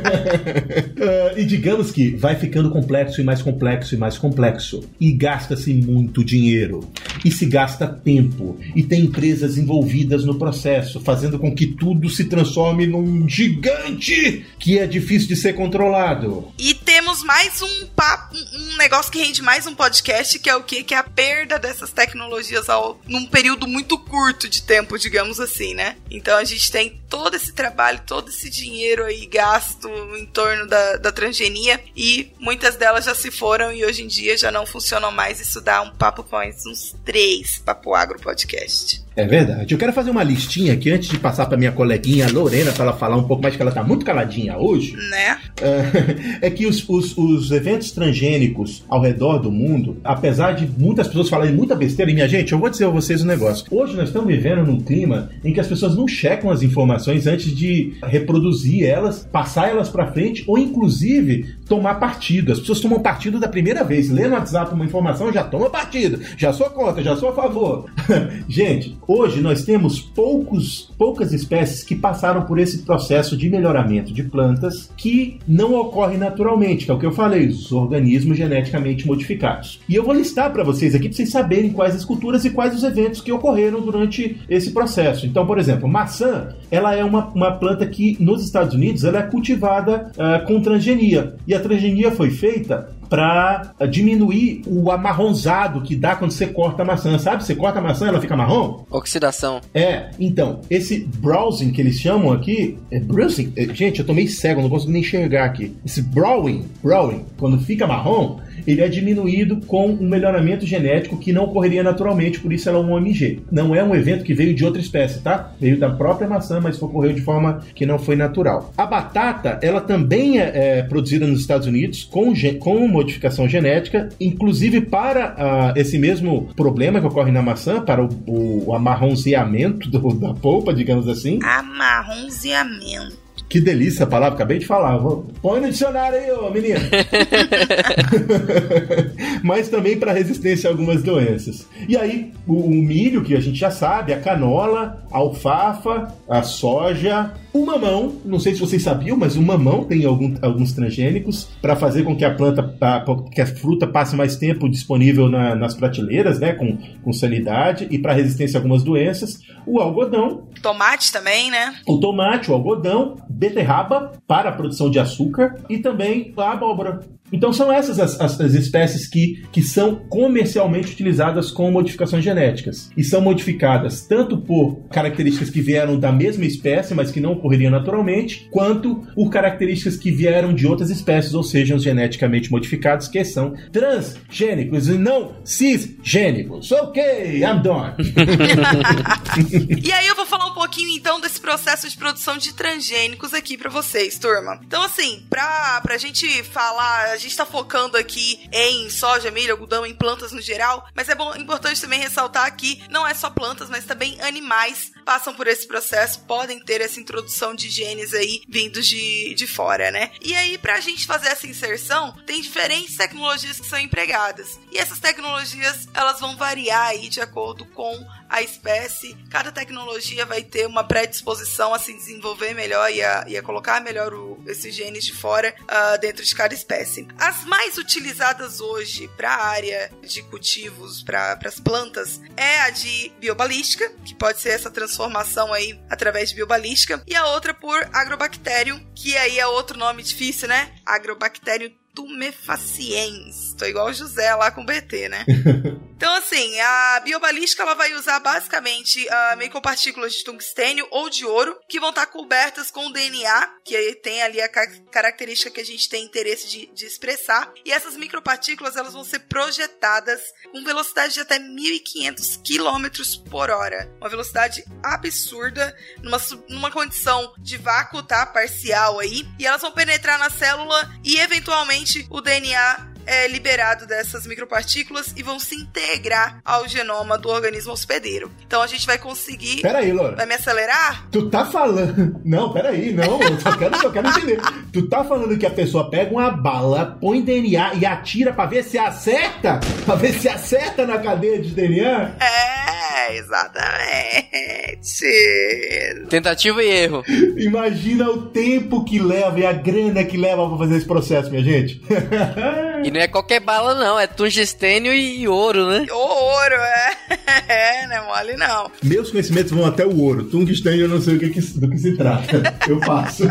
uh, e digamos que vai ficando complexo e mais complexo e mais complexo. E gasta-se muito dinheiro. E se gasta tempo. E tem empresas envolvidas no processo, fazendo com que tudo se transforme num gigante que é difícil de ser controlado. E temos mais um papo, um negócio que rende mais um podcast, que é o quê? Que é a perda dessas tecnologias ao, num período muito curto de tempo, digamos assim, né? Então a gente tem todo esse trabalho, todo esse dinheiro aí gasto em torno da, da transgenia, e muitas delas já se foram e hoje em dia já não funcionam mais. Isso dá um papo com mais uns três Papo Agro Podcast. É verdade. Eu quero fazer uma listinha aqui antes de passar para minha coleguinha Lorena para ela falar um pouco mais, que ela tá muito caladinha hoje. Né? É, é que os, os, os eventos transgênicos ao redor do mundo, apesar de muitas pessoas falarem muita besteira, e minha gente, eu vou dizer a vocês um negócio. Hoje nós estamos vivendo num clima em que as pessoas não checam as informações antes de reproduzir elas, passar elas para frente ou inclusive tomar partido. As pessoas tomam partido da primeira vez. Lê no WhatsApp uma informação, já toma partido. Já sou contra, já sou a favor. Gente, hoje nós temos poucos, poucas espécies que passaram por esse processo de melhoramento de plantas que não ocorre naturalmente, que é o que eu falei, os organismos geneticamente modificados. E eu vou listar para vocês aqui para vocês saberem quais as culturas e quais os eventos que ocorreram durante esse processo. Então, por exemplo, maçã, ela é uma, uma planta que nos Estados Unidos ela é cultivada uh, com transgenia. E a transgenia foi feita para diminuir o amarronzado que dá quando você corta a maçã, sabe? Você corta a maçã, ela fica marrom? Oxidação. É, então, esse browsing que eles chamam aqui, é browsing? Gente, eu tô meio cego, não consigo nem enxergar aqui. Esse browing, browing, quando fica marrom, ele é diminuído com um melhoramento genético que não ocorreria naturalmente, por isso ela é um O M G. Não é um evento que veio de outra espécie, tá? Veio da própria maçã, mas ocorreu de forma que não foi natural. A batata, ela também é, é produzida nos Estados Unidos com, com modificação genética, inclusive para uh, esse mesmo problema que ocorre na maçã, para o, o, o amarronzeamento do, da polpa, digamos assim. Amarronzeamento. Que delícia a palavra, acabei de falar. Vou... Põe no dicionário aí, ô menino. Mas também para resistência a algumas doenças. E aí, o, o milho, que a gente já sabe, a canola, a alfafa, a soja, o mamão. Não sei se vocês sabiam, mas o mamão tem algum, alguns transgênicos para fazer com que a planta, a, que a fruta passe mais tempo disponível na, nas prateleiras, né, com, com sanidade e para resistência a algumas doenças. O algodão. Tomate também, né? O tomate, o algodão, beterraba para a produção de açúcar e também a abóbora. Então são essas as, as, as espécies que, que são comercialmente utilizadas com modificações genéticas. E são modificadas tanto por características que vieram da mesma espécie, mas que não ocorreriam naturalmente, quanto por características que vieram de outras espécies, ou seja, os geneticamente modificados, que são transgênicos e não cisgênicos. Ok, I'm done. E aí eu vou falar um pouquinho então desse processo de produção de transgênicos aqui pra vocês, turma. Então assim, pra, pra gente falar... gente tá focando aqui em soja, milho, algodão, em plantas no geral, mas é bom, importante também ressaltar que não é só plantas, mas também animais passam por esse processo, podem ter essa introdução de genes aí vindos de, de fora, né? E aí, pra gente fazer essa inserção, tem diferentes tecnologias que são empregadas. E essas tecnologias, elas vão variar aí de acordo com a espécie. Cada tecnologia vai ter uma predisposição a se desenvolver melhor e a, e a colocar melhor o, esses genes de fora uh, dentro de cada espécie. As mais utilizadas hoje para a área de cultivos, para as plantas, é a de biobalística, que pode ser essa transformação aí através de biobalística, e a outra por Agrobacterium, que aí é outro nome difícil, né? Agrobacterium tumefaciens. Tô igual o José lá com o B T, né? Então, assim, a biobalística ela vai usar basicamente uh, micropartículas de tungstênio ou de ouro que vão estar cobertas com o D N A, que aí tem ali a ca- característica que a gente tem interesse de, de expressar. E essas micropartículas elas vão ser projetadas com velocidade de até mil e quinhentos quilômetros por hora. Uma velocidade absurda, numa, numa condição de vácuo, tá? Parcial aí. E elas vão penetrar na célula e, eventualmente, o D N A é liberado dessas micropartículas e vão se integrar ao genoma do organismo hospedeiro. Então a gente vai conseguir... Peraí, Laura. Vai me acelerar? Tu tá falando... Não, peraí, não. Eu só quero, só quero entender. Tu tá falando que a pessoa pega uma bala, põe D N A e atira pra ver se acerta? Pra ver se acerta na cadeia de D N A? É, exatamente. Tentativa e erro. Imagina o tempo que leva e a grana que leva pra fazer esse processo, minha gente. E não é qualquer bala, não. É tungstênio e ouro, né? O ouro, é. É, não é mole, não. Meus conhecimentos vão até o ouro. Tungstênio eu não sei o que que, do que se trata. Eu passo.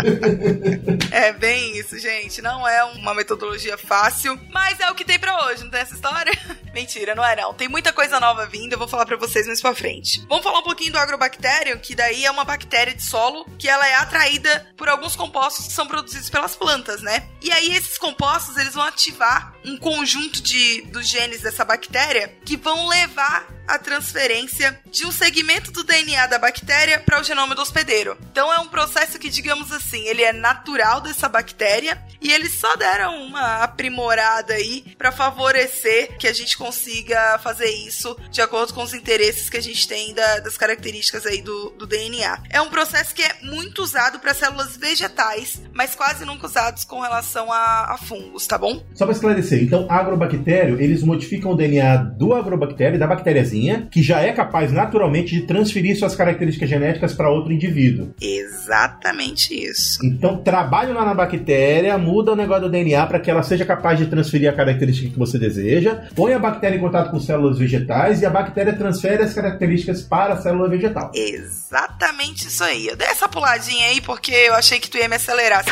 É bem isso, gente. Não é uma metodologia fácil, mas é o que tem pra hoje, não tem essa história? Mentira, não é não. Tem muita coisa nova vindo, eu vou falar pra vocês mais pra frente. Vamos falar um pouquinho do Agrobacterium, que daí é uma bactéria de solo, que ela é atraída por alguns compostos que são produzidos pelas plantas, né? E aí esses compostos, eles vão ativar um conjunto de, dos genes dessa bactéria que vão levar a transferência de um segmento do D N A da bactéria para o genoma do hospedeiro. Então é um processo que, digamos assim, ele é natural dessa bactéria e eles só deram uma aprimorada aí para favorecer que a gente consiga fazer isso de acordo com os interesses que a gente tem da, das características aí do, do D N A. É um processo que é muito usado para células vegetais, mas quase nunca usados com relação a, a fungos, tá bom? Só para esclarecer, então agrobactério, eles modificam o D N A do agrobactério, da bactériazinha, que já é capaz naturalmente de transferir suas características genéticas para outro indivíduo. Exatamente isso. Então, trabalham lá na bactéria, muda o negócio do D N A para que ela seja capaz de transferir a característica que você deseja, põe a bactéria em contato com células vegetais e a bactéria transfere as características para a célula vegetal. Exatamente isso aí. Eu dei essa puladinha aí porque eu achei que tu ia me acelerar.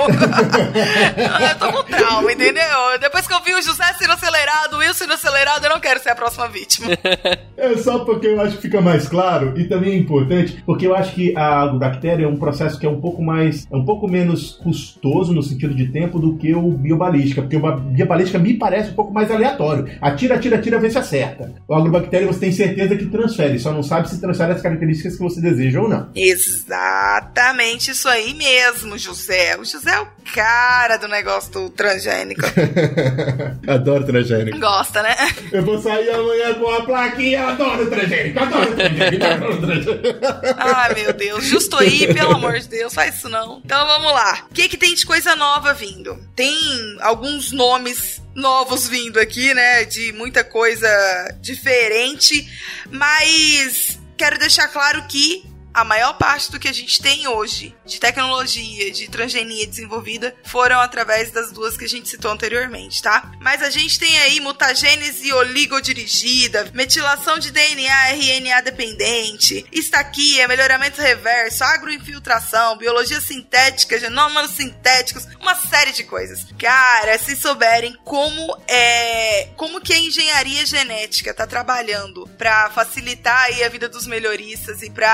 Eu tô com trauma, entendeu? Depois que eu vi o José sendo acelerado, o Will sendo acelerado, eu não quero ser a próxima vítima. É só porque eu acho que fica mais claro e também é importante, porque eu acho que a agrobactéria é um processo que é um pouco mais, é um pouco menos custoso no sentido de tempo do que o biobalística, porque o biobalística me parece um pouco mais aleatório. Atira, atira, atira, vê se acerta. O agrobactéria você tem certeza que transfere, só não sabe se transfere as características que você deseja ou não. Exatamente isso aí mesmo, José. O José é o cara do negócio do transgênico. Adoro transgênico. Gosta, né? Eu vou sair amanhã com a plaquinha, adoro transgênico, adoro transgênico, adoro transgênico. Ai, meu Deus, justo aí, pelo amor de Deus, faz isso não. Então vamos lá. O que que tem de coisa nova vindo? Tem alguns nomes novos vindo aqui, né, de muita coisa diferente, mas quero deixar claro que a maior parte do que a gente tem hoje de tecnologia, de transgenia desenvolvida, foram através das duas que a gente citou anteriormente, tá? Mas a gente tem aí mutagênese oligodirigida, metilação de D N A R N A dependente, estaquia, melhoramento reverso, agroinfiltração, biologia sintética, genômeros sintéticos, uma série de coisas. Cara, se souberem como é, como que a engenharia genética tá trabalhando para facilitar aí a vida dos melhoristas e para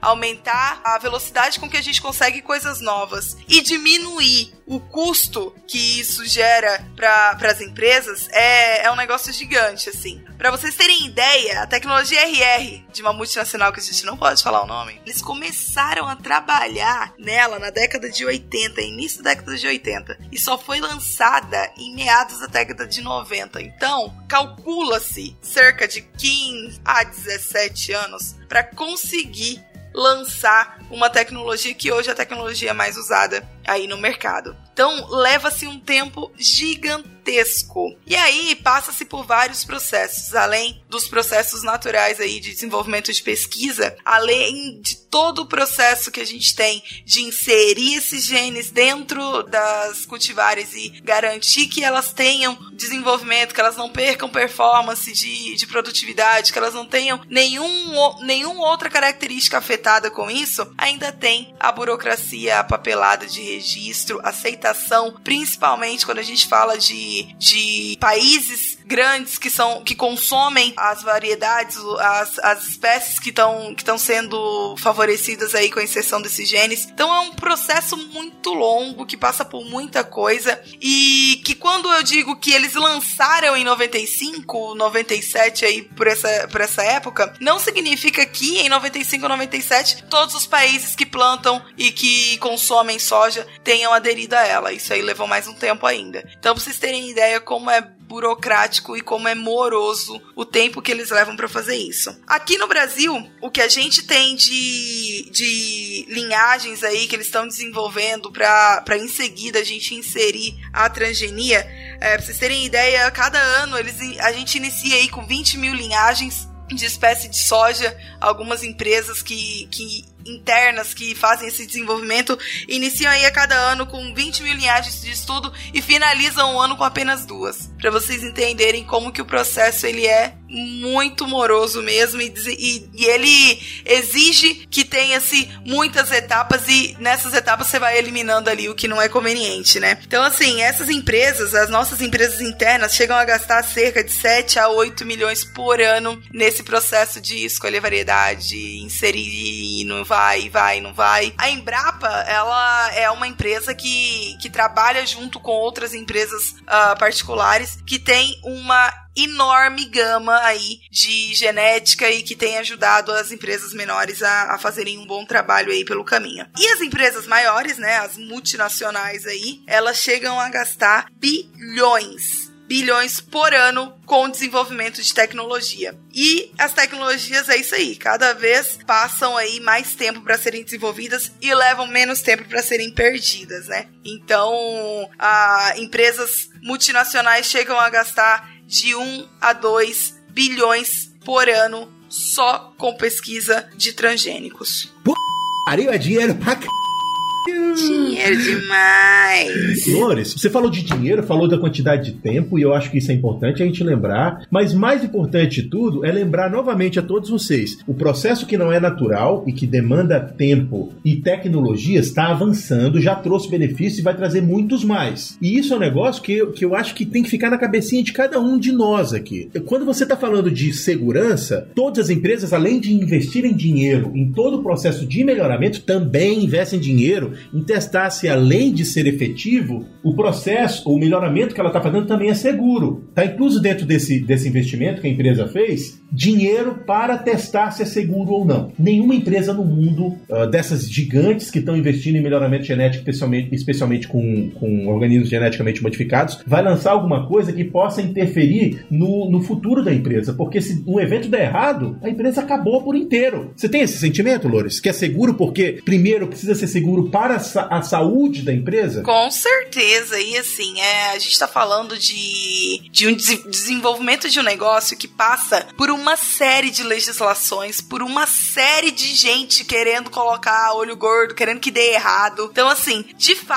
aumentar a velocidade com que a gente consegue coisas novas e diminuir o custo que isso gera para as empresas, é, é um negócio gigante, assim. Para vocês terem ideia, a tecnologia R R de uma multinacional que a gente não pode falar o nome, eles começaram a trabalhar nela na década de oitenta, início da década de oitenta, e só foi lançada em meados da década de noventa. Então, calcula-se cerca de quinze a dezessete anos para conseguir lançar uma tecnologia que hoje é a tecnologia mais usada aí no mercado. Então, leva-se um tempo gigantesco. E aí, passa-se por vários processos, além dos processos naturais aí de desenvolvimento de pesquisa, além de todo o processo que a gente tem de inserir esses genes dentro das cultivares e garantir que elas tenham desenvolvimento, que elas não percam performance de, de produtividade, que elas não tenham nenhum, nenhuma outra característica afetada com isso, ainda tem a burocracia, a papelada de registro, aceitação, principalmente quando a gente fala de, de países grandes que, são, que consomem as variedades, as, as espécies que estão que estão sendo favorecidas aí com a inserção desses genes. Então é um processo muito longo, que passa por muita coisa, e que quando eu digo que eles lançaram em noventa e cinco, noventa e sete aí por essa, por essa época, não significa que em noventa e cinco, noventa e sete todos os países que plantam e que consomem soja tenham aderido a ela. Isso aí levou mais um tempo ainda. Então, pra vocês terem ideia como é burocrático e como é moroso o tempo que eles levam para fazer isso. Aqui no Brasil, o que a gente tem de, de linhagens aí que eles estão desenvolvendo para em seguida a gente inserir a transgenia, é, para vocês terem ideia, cada ano eles, a gente inicia aí com vinte mil linhagens de espécie de soja. Algumas empresas que, que internas que fazem esse desenvolvimento iniciam aí a cada ano com vinte mil linhagens de estudo e finalizam o ano com apenas duas. Para vocês entenderem como que o processo ele é muito moroso mesmo, e, e, e ele exige que tenha-se muitas etapas, e nessas etapas você vai eliminando ali o que não é conveniente, né? Então, assim, essas empresas, as nossas empresas internas, chegam a gastar cerca de sete a oito milhões por ano nesse processo de escolher variedade, inserir, não vai, vai, não vai. A Embrapa, ela é uma empresa que, que trabalha junto com outras empresas uh, particulares, que tem uma enorme gama aí de genética e que tem ajudado as empresas menores a, a fazerem um bom trabalho aí pelo caminho. E as empresas maiores, né, as multinacionais aí, elas chegam a gastar bilhões, bilhões por ano com o desenvolvimento de tecnologia. E as tecnologias é isso aí, cada vez passam aí mais tempo para serem desenvolvidas e levam menos tempo para serem perdidas, né? Então, a, empresas multinacionais chegam a gastar de um a dois bilhões por ano só com pesquisa de transgênicos. Pô, é dinheiro pra c... Dinheiro demais. Lores, você falou de dinheiro, falou da quantidade de tempo, e eu acho que isso é importante a gente lembrar, mas mais importante de tudo é lembrar novamente a todos vocês, o processo que não é natural e que demanda tempo e tecnologia está avançando, já trouxe benefícios e vai trazer muitos mais. E isso é um negócio que eu, que eu acho que tem que ficar na cabecinha de cada um de nós aqui. Quando você está falando de segurança, todas as empresas, além de investirem dinheiro em todo o processo de melhoramento, também investem dinheiro em testar se, além de ser efetivo, o processo, o melhoramento que ela está fazendo também é seguro. Está incluso dentro desse, desse investimento que a empresa fez, dinheiro para testar se é seguro ou não. Nenhuma empresa no mundo, uh, dessas gigantes que estão investindo em melhoramento genético, especialmente, especialmente com, com organismos geneticamente modificados, vai lançar alguma coisa que possa interferir no, no futuro da empresa, porque se um evento der errado, a empresa acabou por inteiro. Você tem esse sentimento, Lores? Que é seguro porque, primeiro, precisa ser seguro para a, sa- a saúde da empresa? Com certeza. E assim, é, a gente está falando de, de um des- desenvolvimento de um negócio que passa por uma série de legislações, por uma série de gente querendo colocar olho gordo, querendo que dê errado. Então, assim, de fato,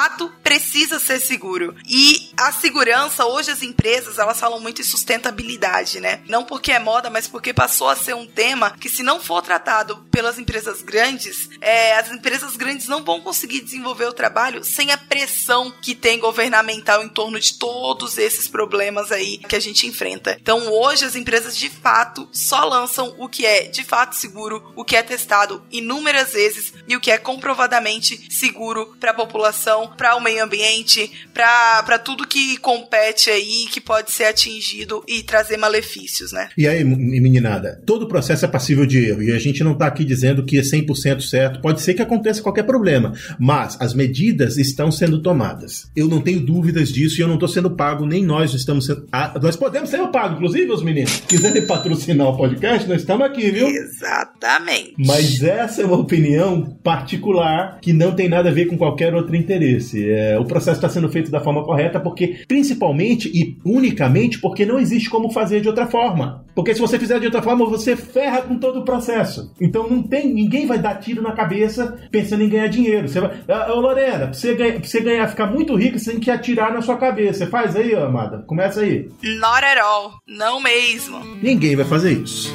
precisa ser seguro. E a segurança, hoje as empresas, elas falam muito em sustentabilidade, né? Não porque é moda, mas porque passou a ser um tema que, se não for tratado pelas empresas grandes, é, as empresas grandes não vão conseguir desenvolver o trabalho sem a pressão que tem governamental em torno de todos esses problemas aí que a gente enfrenta. Então, hoje, as empresas, de fato, só lançam o que é, de fato, seguro, o que é testado inúmeras vezes e o que é comprovadamente seguro para a população, para o meio ambiente, para tudo que compete aí, que pode ser atingido e trazer malefícios, né? E aí, meninada, todo processo é passível de erro, e a gente não está aqui dizendo que é cem por cento certo, pode ser que aconteça qualquer problema, mas as medidas estão sendo tomadas. Eu não tenho dúvidas disso e eu não estou sendo pago, nem nós estamos sendo... Ah, nós podemos ser pagos, inclusive, os meninos. Quiserem patrocinar o podcast, nós estamos aqui, viu? Exatamente. Mas essa é uma opinião particular que não tem nada a ver com qualquer outro interesse. É, o processo está sendo feito da forma correta porque, principalmente e unicamente, porque não existe como fazer de outra forma. Porque se você fizer de outra forma, você ferra com todo o processo. Então não tem, ninguém vai dar tiro na cabeça pensando em ganhar dinheiro. Você vai, ah, ô Lorena, pra você, ganhar, pra você ganhar, ficar muito rico, você tem que atirar na sua cabeça. Você faz aí, ó, amada. Começa aí. Not at all. Não mesmo. Ninguém vai fazer isso.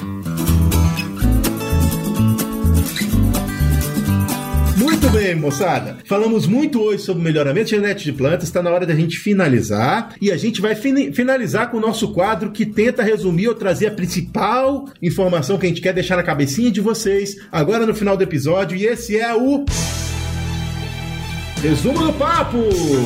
Muito bem, moçada. Falamos muito hoje sobre melhoramento genético de plantas. Está na hora da gente finalizar. E a gente vai fin- finalizar com o nosso quadro que tenta resumir ou trazer a principal informação que a gente quer deixar na cabecinha de vocês agora no final do episódio. E esse é o... Resumo do Papo!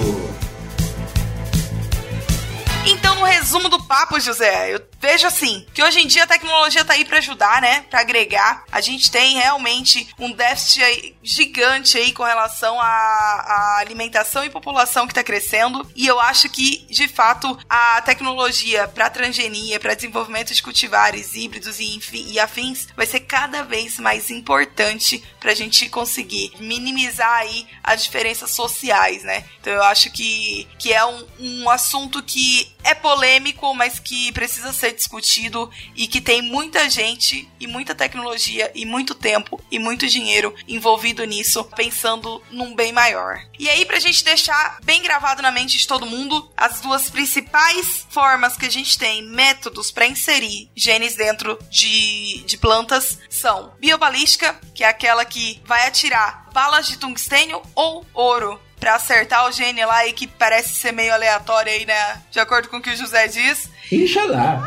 Então, no resumo do papo, José, eu vejo assim, que hoje em dia a tecnologia tá aí pra ajudar, né? Pra agregar. A gente tem realmente um déficit aí gigante aí com relação à, à alimentação e população que tá crescendo. E eu acho que, de fato, a tecnologia pra transgenia, pra desenvolvimento de cultivares híbridos e, enfim, e afins, vai ser cada vez mais importante pra gente conseguir minimizar aí as diferenças sociais, né? Então eu acho que, que é um, um assunto que é polêmico, mas que precisa ser discutido e que tem muita gente e muita tecnologia e muito tempo e muito dinheiro envolvido nisso, pensando num bem maior. E aí, pra gente deixar bem gravado na mente de todo mundo, as duas principais formas que a gente tem, métodos para inserir genes dentro de, de plantas, são biobalística, que é aquela que vai atirar balas de tungstênio ou ouro pra acertar o gene lá e que parece ser meio aleatório aí, né? De acordo com o que o José diz. Inxalá!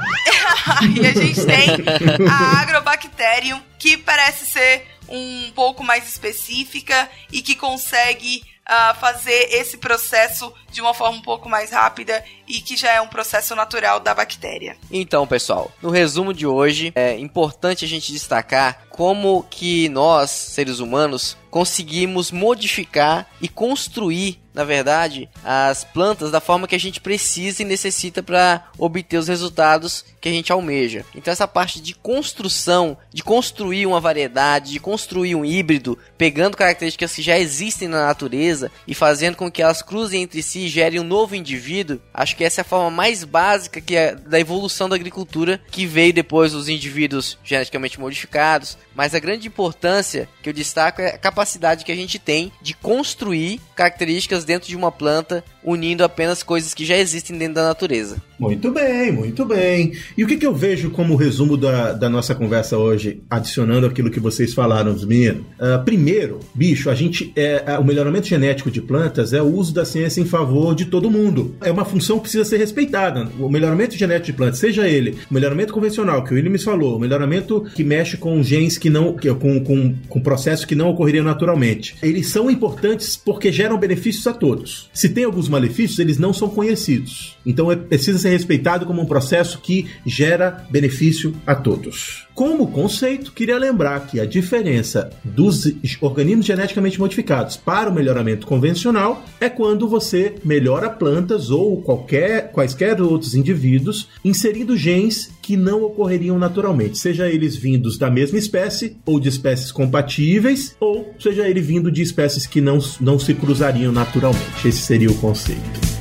E a gente tem a Agrobacterium, que parece ser um pouco mais específica e que consegue uh, fazer esse processo de uma forma um pouco mais rápida e que já é um processo natural da bactéria. Então, pessoal, no resumo de hoje, é importante a gente destacar como que nós, seres humanos, conseguimos modificar e construir, na verdade, as plantas da forma que a gente precisa e necessita para obter os resultados que a gente almeja. Então essa parte de construção, de construir uma variedade, de construir um híbrido, pegando características que já existem na natureza e fazendo com que elas cruzem entre si e gerem um novo indivíduo, acho que essa é a forma mais básica que é da evolução da agricultura, que veio depois dos indivíduos geneticamente modificados. Mas a grande importância que eu destaco é a capacidade que a gente tem de construir características dentro de uma planta, unindo apenas coisas que já existem dentro da natureza. Muito bem, muito bem. E o que, que eu vejo como resumo da, da nossa conversa hoje, adicionando aquilo que vocês falaram, os meninos? Uh, primeiro, bicho, a gente é, o melhoramento genético de plantas é o uso da ciência em favor de todo mundo. É uma função que precisa ser respeitada. O melhoramento genético de plantas, seja ele o melhoramento convencional, que o Williams falou, o melhoramento que mexe com genes que não, que, com, com, com processos que não ocorreriam naturalmente. Eles são importantes porque geram benefícios a todos. Se tem alguns malefícios, eles não são conhecidos. Então é, precisa ser respeitado como um processo que gera benefício a todos. Como conceito, queria lembrar que a diferença dos organismos geneticamente modificados para o melhoramento convencional é quando você melhora plantas ou qualquer, quaisquer outros indivíduos inserindo genes que não ocorreriam naturalmente, seja eles vindos da mesma espécie ou de espécies compatíveis, ou seja ele vindo de espécies que não, não se cruzariam naturalmente. Esse seria o conceito.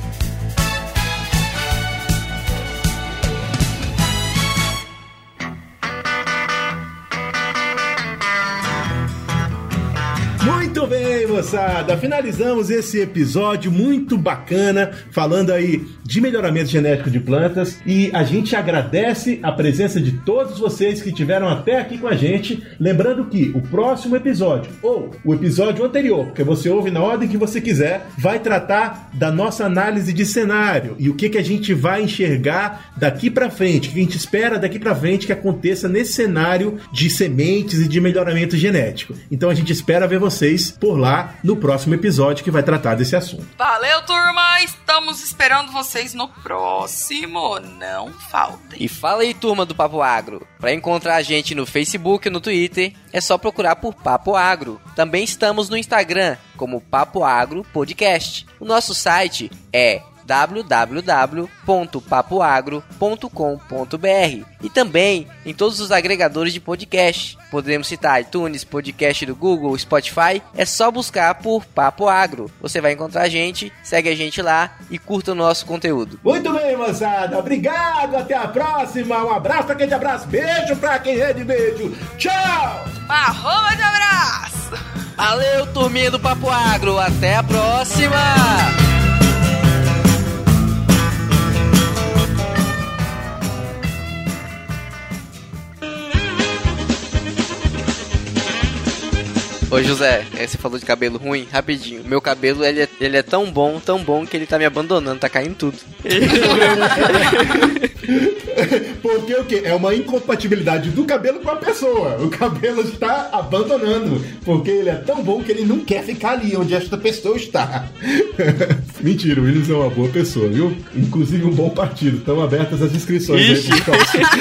moçada, finalizamos esse episódio muito bacana, falando aí de melhoramento genético de plantas, e a gente agradece a presença de todos vocês que estiveram até aqui com a gente, lembrando que o próximo episódio, ou o episódio anterior, porque você ouve na ordem que você quiser, vai tratar da nossa análise de cenário, e o que, que a gente vai enxergar daqui pra frente, o que a gente espera daqui pra frente que aconteça nesse cenário de sementes e de melhoramento genético. Então a gente espera ver vocês por lá no próximo episódio que vai tratar desse assunto. Valeu, turma! Estamos esperando vocês no próximo. Não faltem. E fala aí, turma do Papo Agro. Para encontrar a gente no Facebook e no Twitter, é só procurar por Papo Agro. Também estamos no Instagram, como Papo Agro Podcast. O nosso site é w w w ponto papo agro ponto com ponto b r e também em todos os agregadores de podcast. Podemos citar iTunes, podcast do Google, Spotify. É só buscar por Papo Agro. Você vai encontrar a gente, segue a gente lá e curta o nosso conteúdo. Muito bem, moçada. Obrigado. Até a próxima. Um abraço pra quem de abraço. Beijo pra quem é de beijo. Tchau. Arroba de abraço. Valeu, turminha do Papo Agro. Até a próxima. Ô José, você falou de cabelo ruim, rapidinho. Meu cabelo, ele é, ele é tão bom, tão bom que ele tá me abandonando, tá caindo tudo. Porque o quê? É uma incompatibilidade do cabelo com a pessoa. O cabelo está abandonando, porque ele é tão bom que ele não quer ficar ali onde esta pessoa está. Mentira, o Willis é uma boa pessoa, viu? Inclusive um bom partido. Estão abertas as inscrições aí pro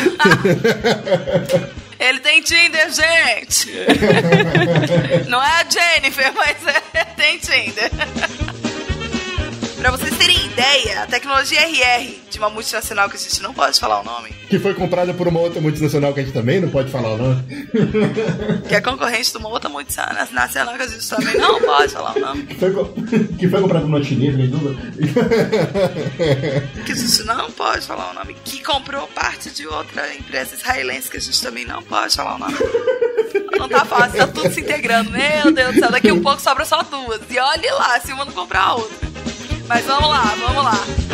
Ele tem Tinder, gente! Não é a Jennifer, mas é, tem Tinder. Pra vocês terem ideia, a tecnologia R R de uma multinacional que a gente não pode falar o nome. Que foi comprada por uma outra multinacional que a gente também não pode falar o nome. Que é concorrente de uma outra multinacional que a gente também não pode falar o nome. Foi co... Que foi comprada por uma chinesa, nem dúvida. Que a gente não pode falar o nome. Que comprou parte de outra empresa israelense que a gente também não pode falar o nome. Não tá fácil, tá tudo se integrando. Meu Deus do céu, daqui a um pouco sobra só duas. E olhe lá, se uma não comprar a outra. Mas vamos lá, vamos lá.